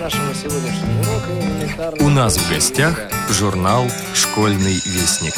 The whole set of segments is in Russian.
нашего сегодняшнего урока элементарно... У нас в гостях журнал «Школьный вестник».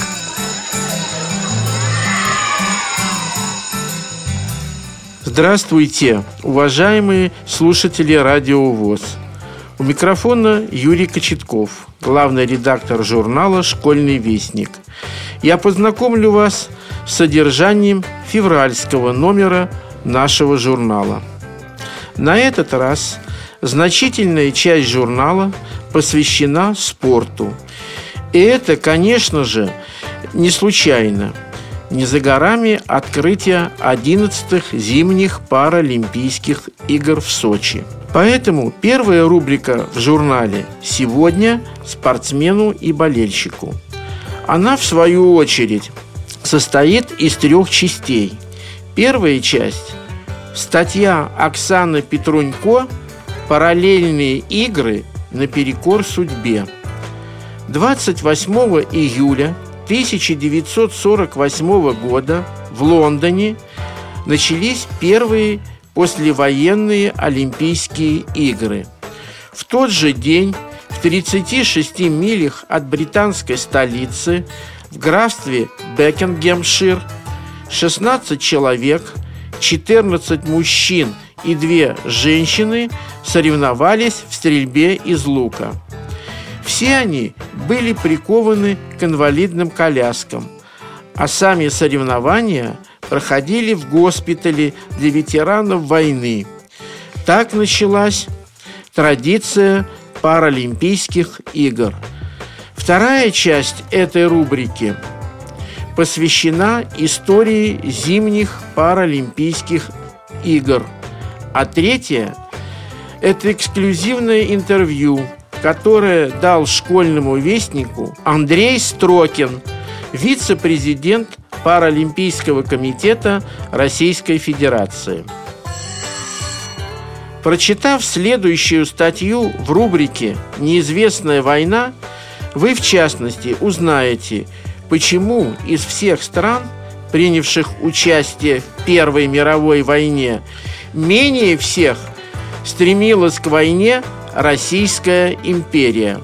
Здравствуйте, уважаемые слушатели Радио ВОС. У микрофона Юрий Кочетков, главный редактор журнала «Школьный вестник». Я познакомлю вас с содержанием февральского номера нашего журнала. На этот раз значительная часть журнала посвящена спорту. И это, конечно же, не случайно. Не за горами открытие 11-х зимних Паралимпийских игр в Сочи. Поэтому первая рубрика в журнале «Сегодня спортсмену и болельщику». Она, в свою очередь, состоит из 3 частей. Первая часть – статья Оксаны Петрунько «Параллельные игры наперекор судьбе». 28 июля 1948 года в Лондоне начались первые послевоенные Олимпийские игры. В тот же день в 36 милях от британской столицы в графстве Бекингемшир 16 человек, 14 мужчин и 2 женщины соревновались в стрельбе из лука. Все они были прикованы к инвалидным коляскам, а сами соревнования проходили в госпитале для ветеранов войны. Так началась традиция Паралимпийских игр. Вторая часть этой рубрики посвящена истории зимних Паралимпийских игр, а третья – это эксклюзивное интервью, которое дал «Школьному вестнику» Андрей Строкин, вице-президент Паралимпийского комитета Российской Федерации. Прочитав следующую статью в рубрике «Неизвестная война», вы, в частности, узнаете, почему из всех стран, принявших участие в Первой мировой войне, менее всех стремилась к войне Российская империя.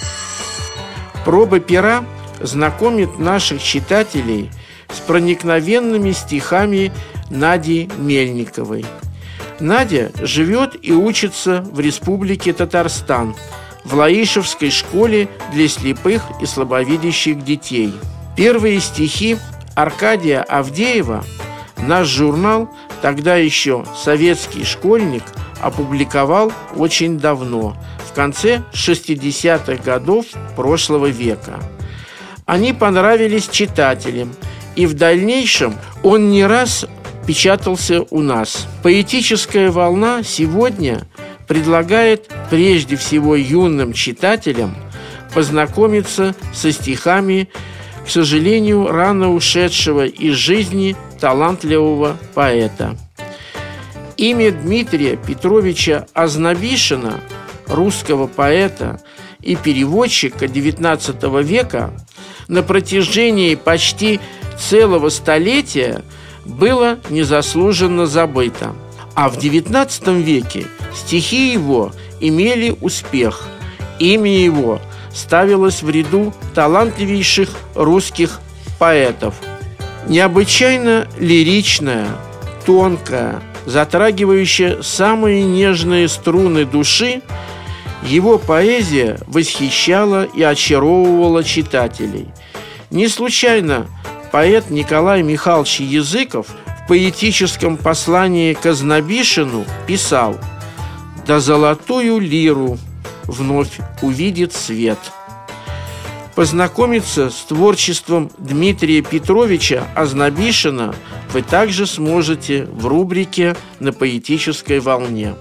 Проба пера знакомит наших читателей с проникновенными стихами Нади Мельниковой. Надя живет и учится в Республике Татарстан, в Лаишевской школе для слепых и слабовидящих детей. Первые стихи Аркадия Авдеева наш журнал, тогда еще «Советский школьник», опубликовал очень давно, в конце 60-х годов прошлого века. Они понравились читателям, и в дальнейшем он не раз печатался у нас. Поэтическая волна сегодня предлагает прежде всего юным читателям познакомиться со стихами, к сожалению, рано ушедшего из жизни талантливого поэта. Имя Дмитрия Петровича Ознобишина, русского поэта и переводчика XIX века, на протяжении почти целого столетия было незаслуженно забыто. А в XIX веке стихи его имели успех. Имя его ставилось в ряду талантливейших русских поэтов. Необычайно лиричная, тонкая, затрагивающая самые нежные струны души, его поэзия восхищала и очаровывала читателей. Не случайно поэт Николай Михайлович Языков в поэтическом послании к Ознобишину писал: «Да золотую лиру вновь увидит свет». Познакомиться с творчеством Дмитрия Петровича Ознобишина вы также сможете в рубрике «На поэтической волне».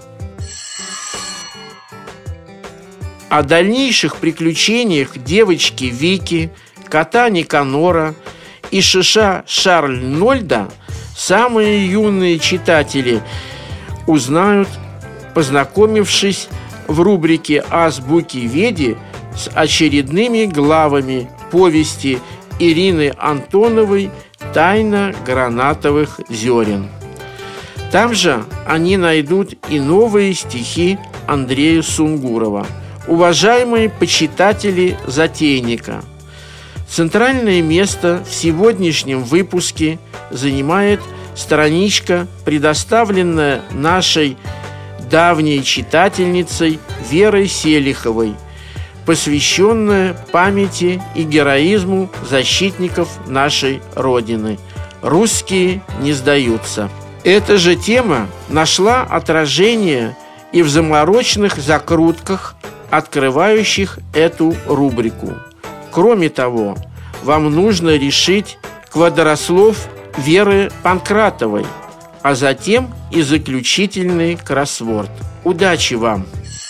О дальнейших приключениях девочки Вики, кота Никанора и шиша Шарль-Нольда самые юные читатели узнают, познакомившись в рубрике «Азбуки Веди» с очередными главами повести Ирины Антоновой «Тайна гранатовых зерен». Там же они найдут и новые стихи Андрея Сунгурова. Уважаемые почитатели «Затейника», центральное место в сегодняшнем выпуске занимает страничка, предоставленная нашей давней читательницей Верой Селиховой, посвященная памяти и героизму защитников нашей Родины. «Русские не сдаются». Эта же тема нашла отражение и в замороченных закрутках, открывающих эту рубрику. Кроме того, вам нужно решить квадрослов Веры Панкратовой, а затем и заключительный кроссворд. Удачи вам!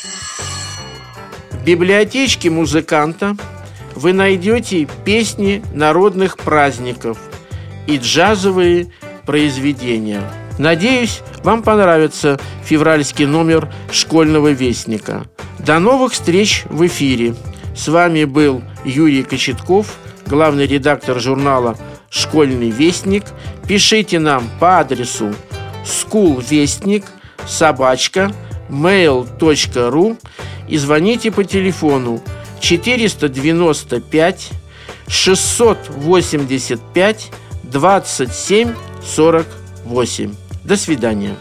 В библиотечке музыканта вы найдете песни народных праздников и джазовые произведения. Надеюсь, вам понравится февральский номер «Школьного вестника». До новых встреч в эфире. С вами был Юрий Кочетков, главный редактор журнала «Школьный вестник». Пишите нам по адресу schoolvestnik@mail.ru и звоните по телефону 495 685 27 48. До свидания.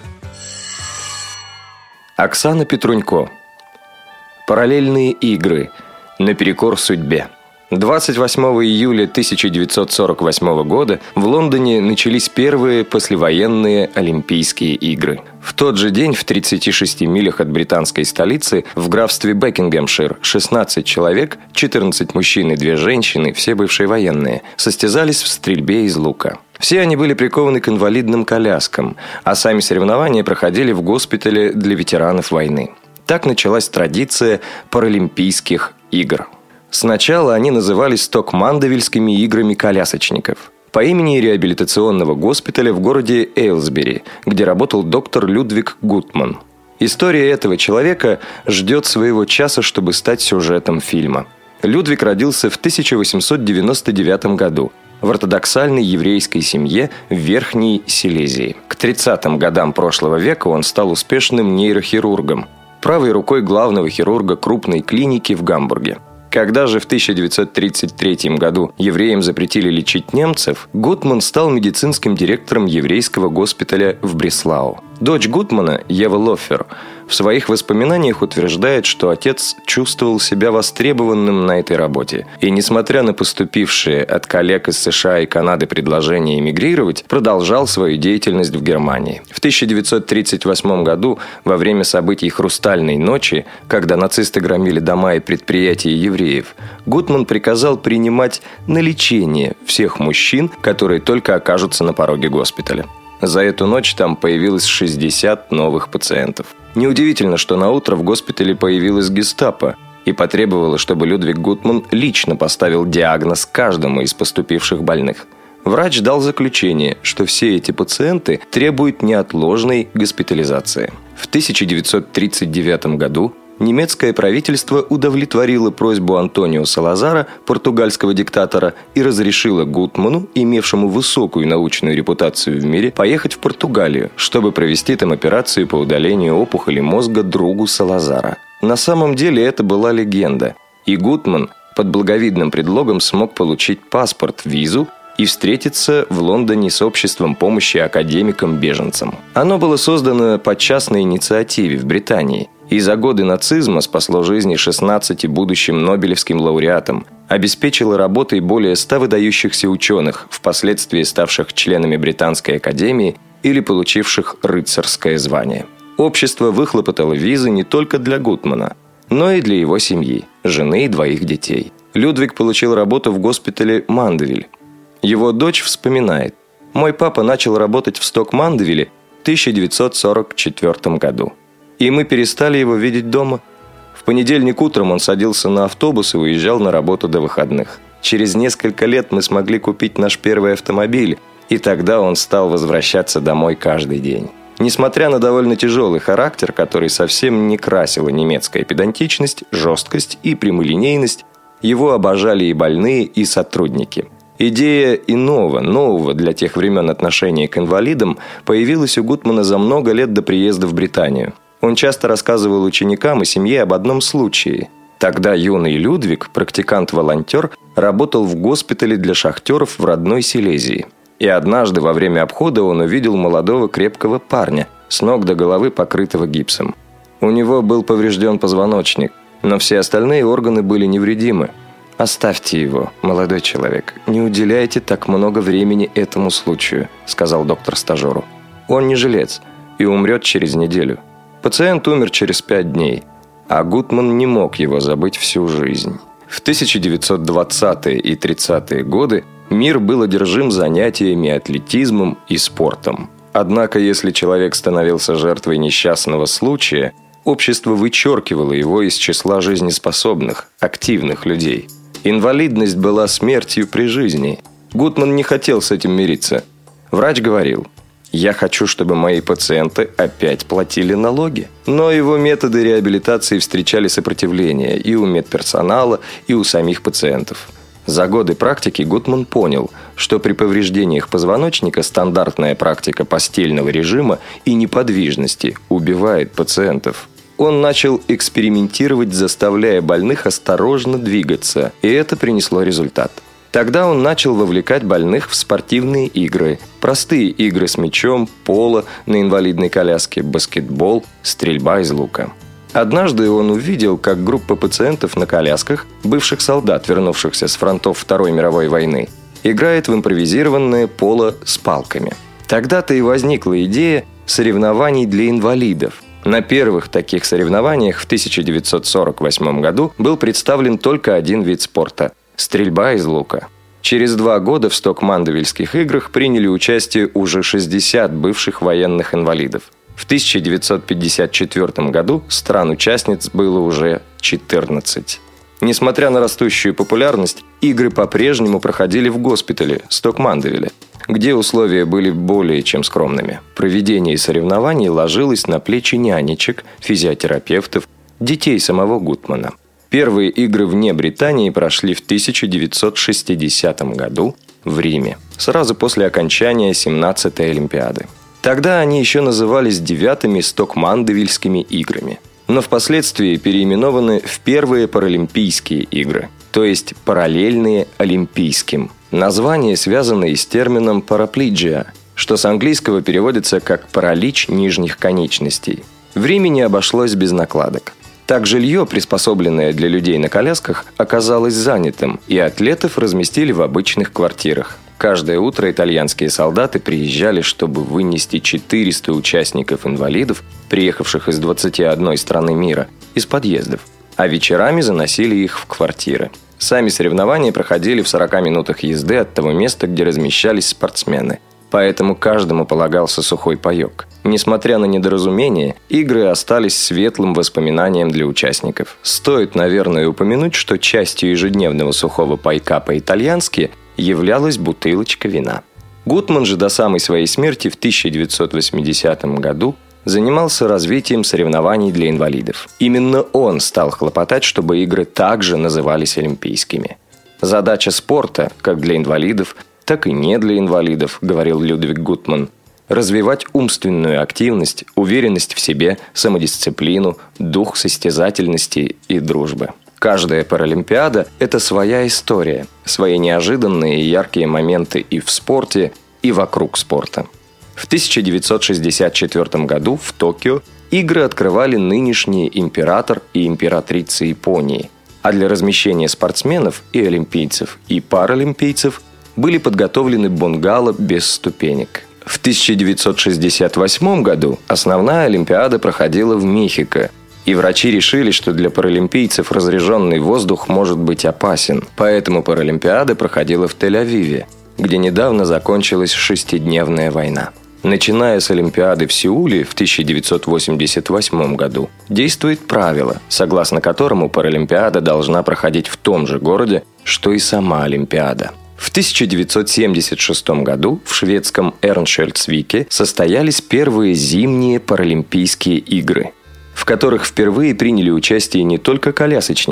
Оксана Петрунько. Параллельные игры. Наперекор судьбе. 28 июля 1948 года в Лондоне начались первые послевоенные Олимпийские игры. В тот же день в 36 милях от британской столицы в графстве Бекингемшир 16 человек, 14 мужчин и 2 женщины, все бывшие военные, состязались в стрельбе из лука. Все они были прикованы к инвалидным коляскам, а сами соревнования проходили в госпитале для ветеранов войны. Так началась традиция Паралимпийских игр. Сначала они назывались Сток-Мандевильскими играми колясочников по имени реабилитационного госпиталя в городе Эйлсбери, где работал доктор Людвиг Гутман. История этого человека ждет своего часа, чтобы стать сюжетом фильма. Людвиг родился в 1899 году в ортодоксальной еврейской семье в Верхней Силезии. К 30-м годам прошлого века он стал успешным нейрохирургом, правой рукой главного хирурга крупной клиники в Гамбурге. Когда же в 1933 году евреям запретили лечить немцев, Гутман стал медицинским директором еврейского госпиталя в Бреслау. Дочь Гутмана, Ева Лоффер, в своих воспоминаниях утверждает, что отец чувствовал себя востребованным на этой работе. И, несмотря на поступившие от коллег из США и Канады предложения эмигрировать, продолжал свою деятельность в Германии. В 1938 году, во время событий «Хрустальной ночи», когда нацисты громили дома и предприятия евреев, Гутман приказал принимать на лечение всех мужчин, которые только окажутся на пороге госпиталя. За эту ночь там появилось 60 новых пациентов. Неудивительно, что на утро в госпитале появилась гестапо и потребовала, чтобы Людвиг Гутман лично поставил диагноз каждому из поступивших больных. Врач дал заключение, что все эти пациенты требуют неотложной госпитализации. В 1939 году немецкое правительство удовлетворило просьбу Антонио Салазара, португальского диктатора, и разрешило Гутману, имевшему высокую научную репутацию в мире, поехать в Португалию, чтобы провести там операцию по удалению опухоли мозга другу Салазара. На самом деле это была легенда, и Гутман под благовидным предлогом смог получить паспорт, визу и встретиться в Лондоне с обществом помощи академикам-беженцам. Оно было создано по частной инициативе в Британии, и за годы нацизма спасло жизни 16 будущим нобелевским лауреатам, обеспечило работой более 100 выдающихся ученых, впоследствии ставших членами Британской академии или получивших рыцарское звание. Общество выхлопотало визы не только для Гутмана, но и для его семьи, жены и 2 детей. Людвиг получил работу в госпитале Мандевиль. Его дочь вспоминает: «Мой папа начал работать в Сток-Мандевиле в 1944 году. И мы перестали его видеть дома. В понедельник утром он садился на автобус и уезжал на работу до выходных. Через несколько лет мы смогли купить наш первый автомобиль, и тогда он стал возвращаться домой каждый день. Несмотря на довольно тяжелый характер, который совсем не красила немецкая педантичность, жесткость и прямолинейность, его обожали и больные, и сотрудники. Идея нового для тех времен отношения к инвалидам появилась у Гутмана за много лет до приезда в Британию. Он часто рассказывал ученикам и семье об одном случае. Тогда юный Людвиг, практикант-волонтер, работал в госпитале для шахтеров в родной Силезии. И однажды во время обхода он увидел молодого крепкого парня, с ног до головы покрытого гипсом. У него был поврежден позвоночник, но все остальные органы были невредимы. «Оставьте его, молодой человек, не уделяйте так много времени этому случаю», сказал доктор стажеру. «Он не жилец и умрет через неделю». Пациент умер через 5 дней, а Гутман не мог его забыть всю жизнь. В 1920-е и 30-е годы мир был одержим занятиями атлетизмом и спортом. Однако, если человек становился жертвой несчастного случая, общество вычеркивало его из числа жизнеспособных, активных людей. Инвалидность была смертью при жизни. Гутман не хотел с этим мириться. Врач говорил: «Я хочу, чтобы мои пациенты опять платили налоги». Но его методы реабилитации встречали сопротивление и у медперсонала, и у самих пациентов. За годы практики Гутман понял, что при повреждениях позвоночника стандартная практика постельного режима и неподвижности убивает пациентов. Он начал экспериментировать, заставляя больных осторожно двигаться, и это принесло результат. Тогда он начал вовлекать больных в спортивные игры. Простые игры с мячом, поло на инвалидной коляске, баскетбол, стрельба из лука. Однажды он увидел, как группа пациентов на колясках, бывших солдат, вернувшихся с фронтов Второй мировой войны, играет в импровизированное поло с палками. Тогда-то и возникла идея соревнований для инвалидов. На первых таких соревнованиях в 1948 году был представлен только один вид спорта – стрельба из лука. Через 2 года в Стокмандевильских играх приняли участие уже 60 бывших военных инвалидов. В 1954 году стран-участниц было уже 14. Несмотря на растущую популярность, игры по-прежнему проходили в госпитале Стокмандевиля, где условия были более чем скромными. Проведение соревнований ложилось на плечи нянечек, физиотерапевтов, детей самого Гутмана. Первые игры вне Британии прошли в 1960 году в Риме, сразу после окончания 17-й Олимпиады. Тогда они еще назывались 9-ми Стокмандевильскими играми, но впоследствии переименованы в первые Паралимпийские игры, то есть параллельные Олимпийским. Название связано и с термином «параплиджия», что с английского переводится как «паралич нижних конечностей». В Риме не обошлось без накладок. Так жилье, приспособленное для людей на колясках, оказалось занятым, и атлетов разместили в обычных квартирах. Каждое утро итальянские солдаты приезжали, чтобы вынести 400 участников-инвалидов, приехавших из 21 страны мира, из подъездов, а вечерами заносили их в квартиры. Сами соревнования проходили в 40 минутах езды от того места, где размещались спортсмены. Поэтому каждому полагался сухой паёк. Несмотря на недоразумение, игры остались светлым воспоминанием для участников. Стоит, наверное, упомянуть, что частью ежедневного сухого пайка по-итальянски являлась бутылочка вина. Гутман же до самой своей смерти в 1980 году занимался развитием соревнований для инвалидов. Именно он стал хлопотать, чтобы игры также назывались олимпийскими. Задача спорта, как для инвалидов, так и не для инвалидов, говорил Людвиг Гутман, развивать умственную активность, уверенность в себе, самодисциплину, дух состязательности и дружбы. Каждая Паралимпиада – это своя история, свои неожиданные и яркие моменты и в спорте, и вокруг спорта. В 1964 году в Токио игры открывали нынешний император и императрица Японии, а для размещения спортсменов и олимпийцев, и паралимпийцев были подготовлены бунгало без ступенек. В 1968 году основная Олимпиада проходила в Мехико, и врачи решили, что для паралимпийцев разряженный воздух может быть опасен. Поэтому Паралимпиада проходила в Тель-Авиве, где недавно закончилась 6-дневная война. Начиная с Олимпиады в Сеуле в 1988 году, действует правило, согласно которому Паралимпиада должна проходить в том же городе, что и сама Олимпиада. В 1976 году в шведском Эрншельдсвике состоялись первые зимние Паралимпийские игры, в которых впервые приняли участие не только колясочники,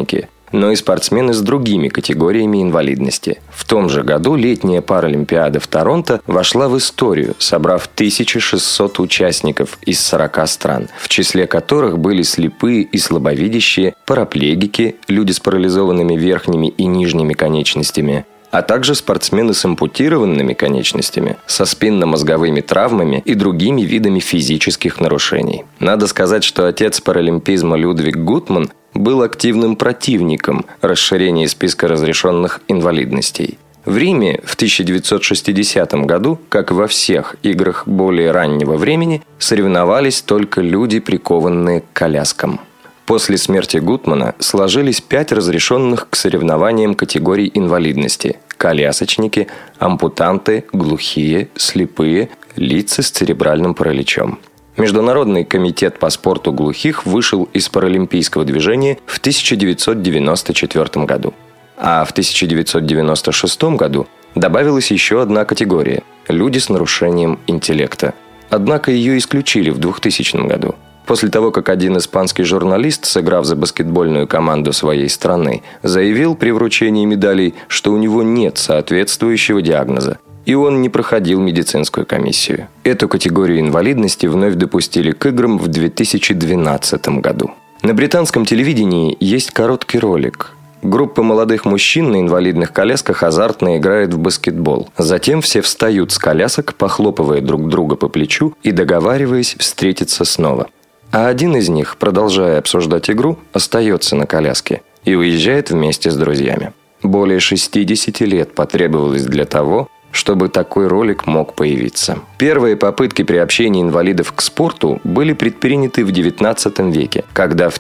но и спортсмены с другими категориями инвалидности. В том же году летняя Паралимпиада в Торонто вошла в историю, собрав 1600 участников из 40 стран, в числе которых были слепые и слабовидящие, параплегики, люди с парализованными верхними и нижними конечностями, а также спортсмены с ампутированными конечностями, со спинномозговыми травмами и другими видами физических нарушений. Надо сказать, что отец паралимпизма Людвиг Гутман был активным противником расширения списка разрешенных инвалидностей. В Риме в 1960 году, как во всех играх более раннего времени, соревновались только люди, прикованные к коляскам. После смерти Гутмана сложились 5 разрешенных к соревнованиям категорий инвалидности – колясочники, ампутанты, глухие, слепые, лица с церебральным параличом. Международный комитет по спорту глухих вышел из паралимпийского движения в 1994 году. А в 1996 году добавилась еще одна категория – люди с нарушением интеллекта. Однако ее исключили в 2000 году. После того, как один испанский журналист, сыграв за баскетбольную команду своей страны, заявил при вручении медалей, что у него нет соответствующего диагноза, и он не проходил медицинскую комиссию. Эту категорию инвалидности вновь допустили к играм в 2012 году. На британском телевидении есть короткий ролик. Группа молодых мужчин на инвалидных колясках азартно играет в баскетбол. Затем все встают с колясок, похлопывая друг друга по плечу и договариваясь встретиться снова. А один из них, продолжая обсуждать игру, остается на коляске и уезжает вместе с друзьями. Более 60 лет потребовалось для того, чтобы такой ролик мог появиться. Первые попытки приобщения инвалидов к спорту были предприняты в XIX веке, когда в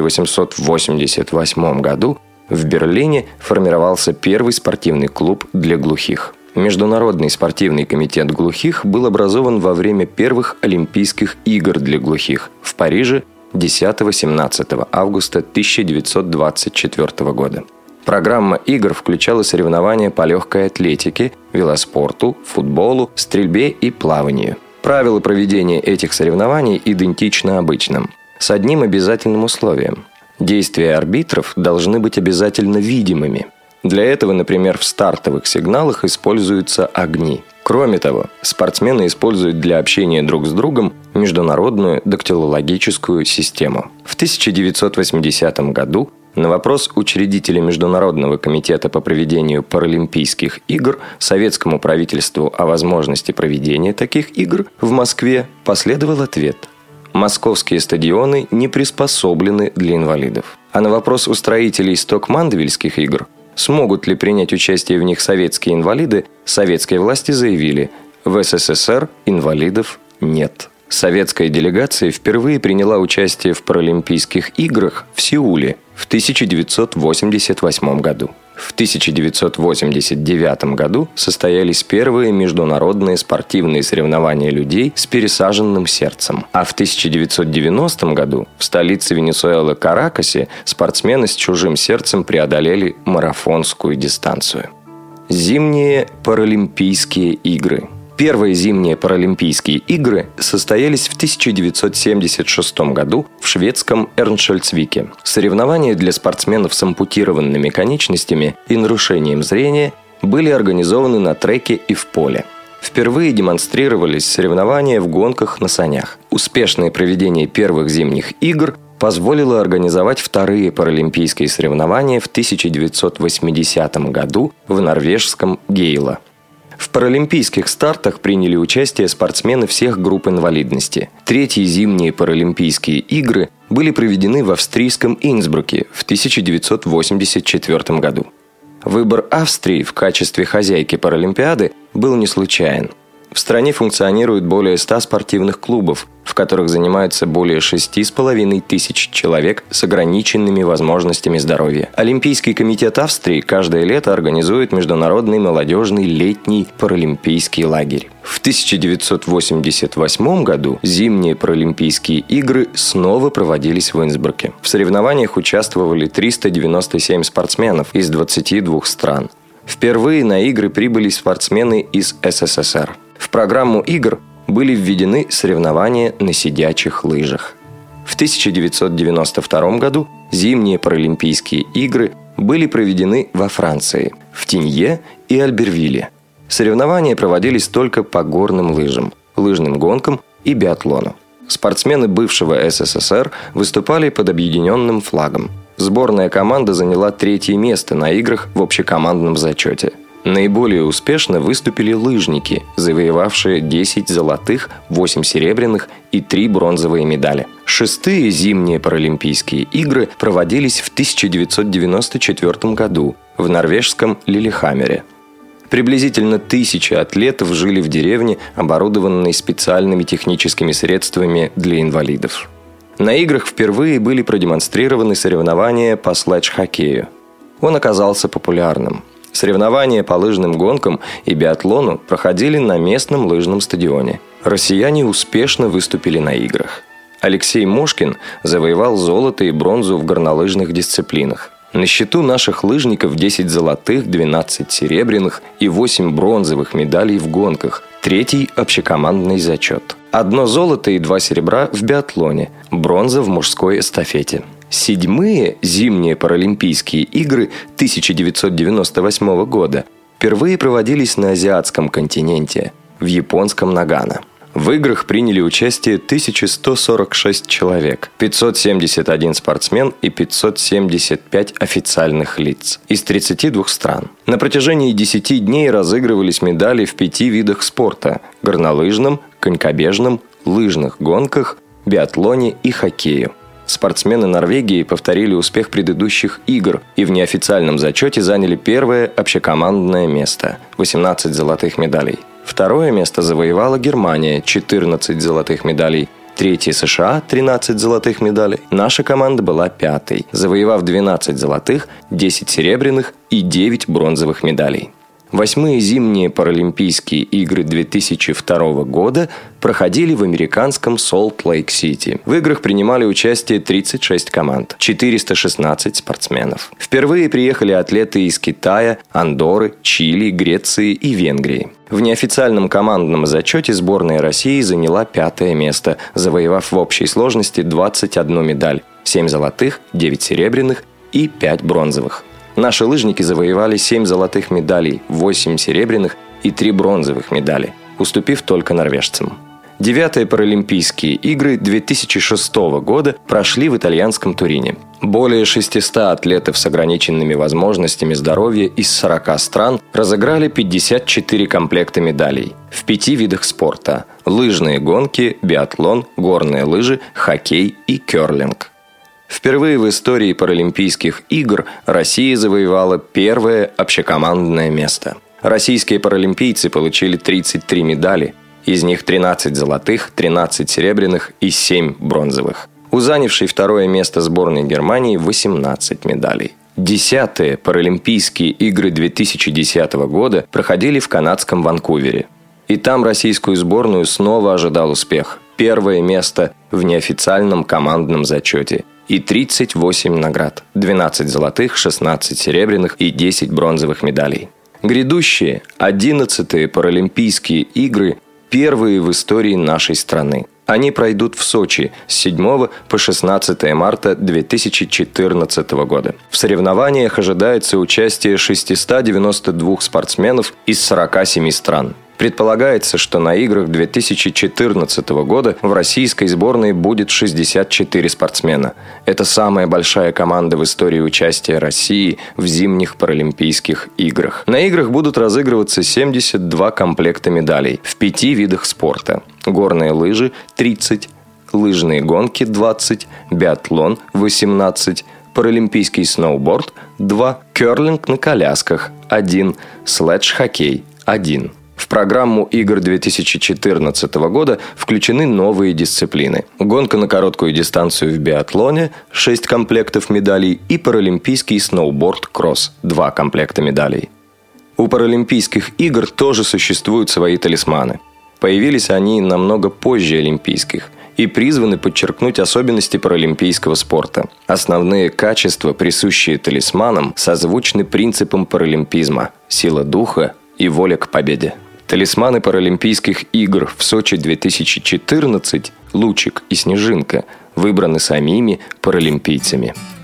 1888 году в Берлине формировался первый спортивный клуб для глухих. Международный спортивный комитет глухих был образован во время первых Олимпийских игр для глухих в Париже 10-17 августа 1924 года. Программа игр включала соревнования по легкой атлетике, велоспорту, футболу, стрельбе и плаванию. Правила проведения этих соревнований идентичны обычным, с одним обязательным условием. Действия арбитров должны быть обязательно видимыми. Для этого, например, в стартовых сигналах используются огни. Кроме того, спортсмены используют для общения друг с другом международную дактилологическую систему. В 1980 году на вопрос учредителя Международного комитета по проведению Паралимпийских игр советскому правительству о возможности проведения таких игр в Москве последовал ответ: московские стадионы не приспособлены для инвалидов. А на вопрос устроителей Стокмандвильских игр, смогут ли принять участие в них советские инвалиды, советские власти заявили: в СССР инвалидов нет. Советская делегация впервые приняла участие в Паралимпийских играх в Сеуле в 1988 году. В 1989 году состоялись первые международные спортивные соревнования людей с пересаженным сердцем. А в 1990 году в столице Венесуэлы Каракасе спортсмены с чужим сердцем преодолели марафонскую дистанцию. Зимние Паралимпийские игры. Первые зимние Паралимпийские игры состоялись в 1976 году в шведском Эрншельцвике. Соревнования для спортсменов с ампутированными конечностями и нарушением зрения были организованы на треке и в поле. Впервые демонстрировались соревнования в гонках на санях. Успешное проведение первых зимних игр позволило организовать вторые паралимпийские соревнования в 1980 году в норвежском Гейла. В паралимпийских стартах приняли участие спортсмены всех групп инвалидности. Третьи зимние Паралимпийские игры были проведены в австрийском Инсбруке в 1984 году. Выбор Австрии в качестве хозяйки Паралимпиады был не случайен. В стране функционирует более 100 спортивных клубов, в которых занимаются более 6,5 тысяч человек с ограниченными возможностями здоровья. Олимпийский комитет Австрии каждое лето организует международный молодежный летний паралимпийский лагерь. В 1988 году зимние Паралимпийские игры снова проводились в Инсбруке. В соревнованиях участвовали 397 спортсменов из 22 стран. Впервые на игры прибыли спортсмены из СССР. В программу игр были введены соревнования на сидячих лыжах. В 1992 году зимние Паралимпийские игры были проведены во Франции, в Тинье и Альбервилле. Соревнования проводились только по горным лыжам, лыжным гонкам и биатлону. Спортсмены бывшего СССР выступали под объединенным флагом. Сборная команда заняла 3-е место на играх в общекомандном зачете. Наиболее успешно выступили лыжники, завоевавшие 10 золотых, 8 серебряных и 3 бронзовые медали. 6-е зимние Паралимпийские игры проводились в 1994 году в норвежском Лилехаммере. Приблизительно 1000 атлетов жили в деревне, оборудованной специальными техническими средствами для инвалидов. На играх впервые были продемонстрированы соревнования по следж-хоккею. Он оказался популярным. Соревнования по лыжным гонкам и биатлону проходили на местном лыжном стадионе. Россияне успешно выступили на играх. Алексей Мошкин завоевал золото и бронзу в горнолыжных дисциплинах. На счету наших лыжников 10 золотых, 12 серебряных и 8 бронзовых медалей в гонках, 3-й общекомандный зачет. 1 золото и 2 серебра в биатлоне, бронза в мужской эстафете. 7-е зимние Паралимпийские игры 1998 года впервые проводились на азиатском континенте, в японском Нагано. В играх приняли участие 1146 человек, 571 спортсмен и 575 официальных лиц из 32 стран. На протяжении 10 дней разыгрывались медали в 5 видах спорта – горнолыжном, конькобежном, лыжных гонках, биатлоне и хоккею. Спортсмены Норвегии повторили успех предыдущих игр и в неофициальном зачете заняли 1-е общекомандное место – 18 золотых медалей. 2-е место завоевала Германия – 14 золотых медалей. 3-е США – 13 золотых медалей. Наша команда была 5-й, завоевав 12 золотых, 10 серебряных и 9 бронзовых медалей. 8-е зимние Паралимпийские игры 2002 года проходили в американском Солт-Лейк-Сити. В играх принимали участие 36 команд, 416 спортсменов. Впервые приехали атлеты из Китая, Андорры, Чили, Греции и Венгрии. В неофициальном командном зачете сборная России заняла 5-е место, завоевав в общей сложности 21 медаль, 7 золотых, 9 серебряных и 5 бронзовых. Наши лыжники завоевали 7 золотых медалей, 8 серебряных и 3 бронзовых медали, уступив только норвежцам. 9-е Паралимпийские игры 2006 года прошли в итальянском Турине. Более 600 атлетов с ограниченными возможностями здоровья из 40 стран разыграли 54 комплекта медалей в 5 видах спорта – лыжные гонки, биатлон, горные лыжи, хоккей и керлинг. Впервые в истории Паралимпийских игр Россия завоевала 1-е общекомандное место. Российские паралимпийцы получили 33 медали, из них 13 золотых, 13 серебряных и 7 бронзовых. У занявшей 2-е место сборной Германии 18 медалей. 10-е Паралимпийские игры 2010 года проходили в канадском Ванкувере. И там российскую сборную снова ожидал успех. 1-е место в неофициальном командном зачете и 38 наград, 12 золотых, 16 серебряных и 10 бронзовых медалей. Грядущие 11-е Паралимпийские игры – первые в истории нашей страны. Они пройдут в Сочи с 7 по 16 марта 2014 года. В соревнованиях ожидается участие 692 спортсменов из 47 стран. Предполагается, что на играх 2014 года в российской сборной будет 64 спортсмена. Это самая большая команда в истории участия России в зимних Паралимпийских играх. На играх будут разыгрываться 72 комплекта медалей в 5 видах спорта. Горные лыжи – 30, лыжные гонки – 20, биатлон – 18, паралимпийский сноуборд – 2, керлинг на колясках – 1, следж-хоккей – 1. В программу игр 2014 года включены новые дисциплины. Гонка на короткую дистанцию в биатлоне – 6 комплектов медалей и паралимпийский сноуборд-кросс – 2 комплекта медалей. У Паралимпийских игр тоже существуют свои талисманы. Появились они намного позже олимпийских и призваны подчеркнуть особенности паралимпийского спорта. Основные качества, присущие талисманам, созвучны принципам паралимпизма – сила духа и воля к победе. Талисманы Паралимпийских игр в Сочи 2014 «Лучик» и «Снежинка» выбраны самими паралимпийцами.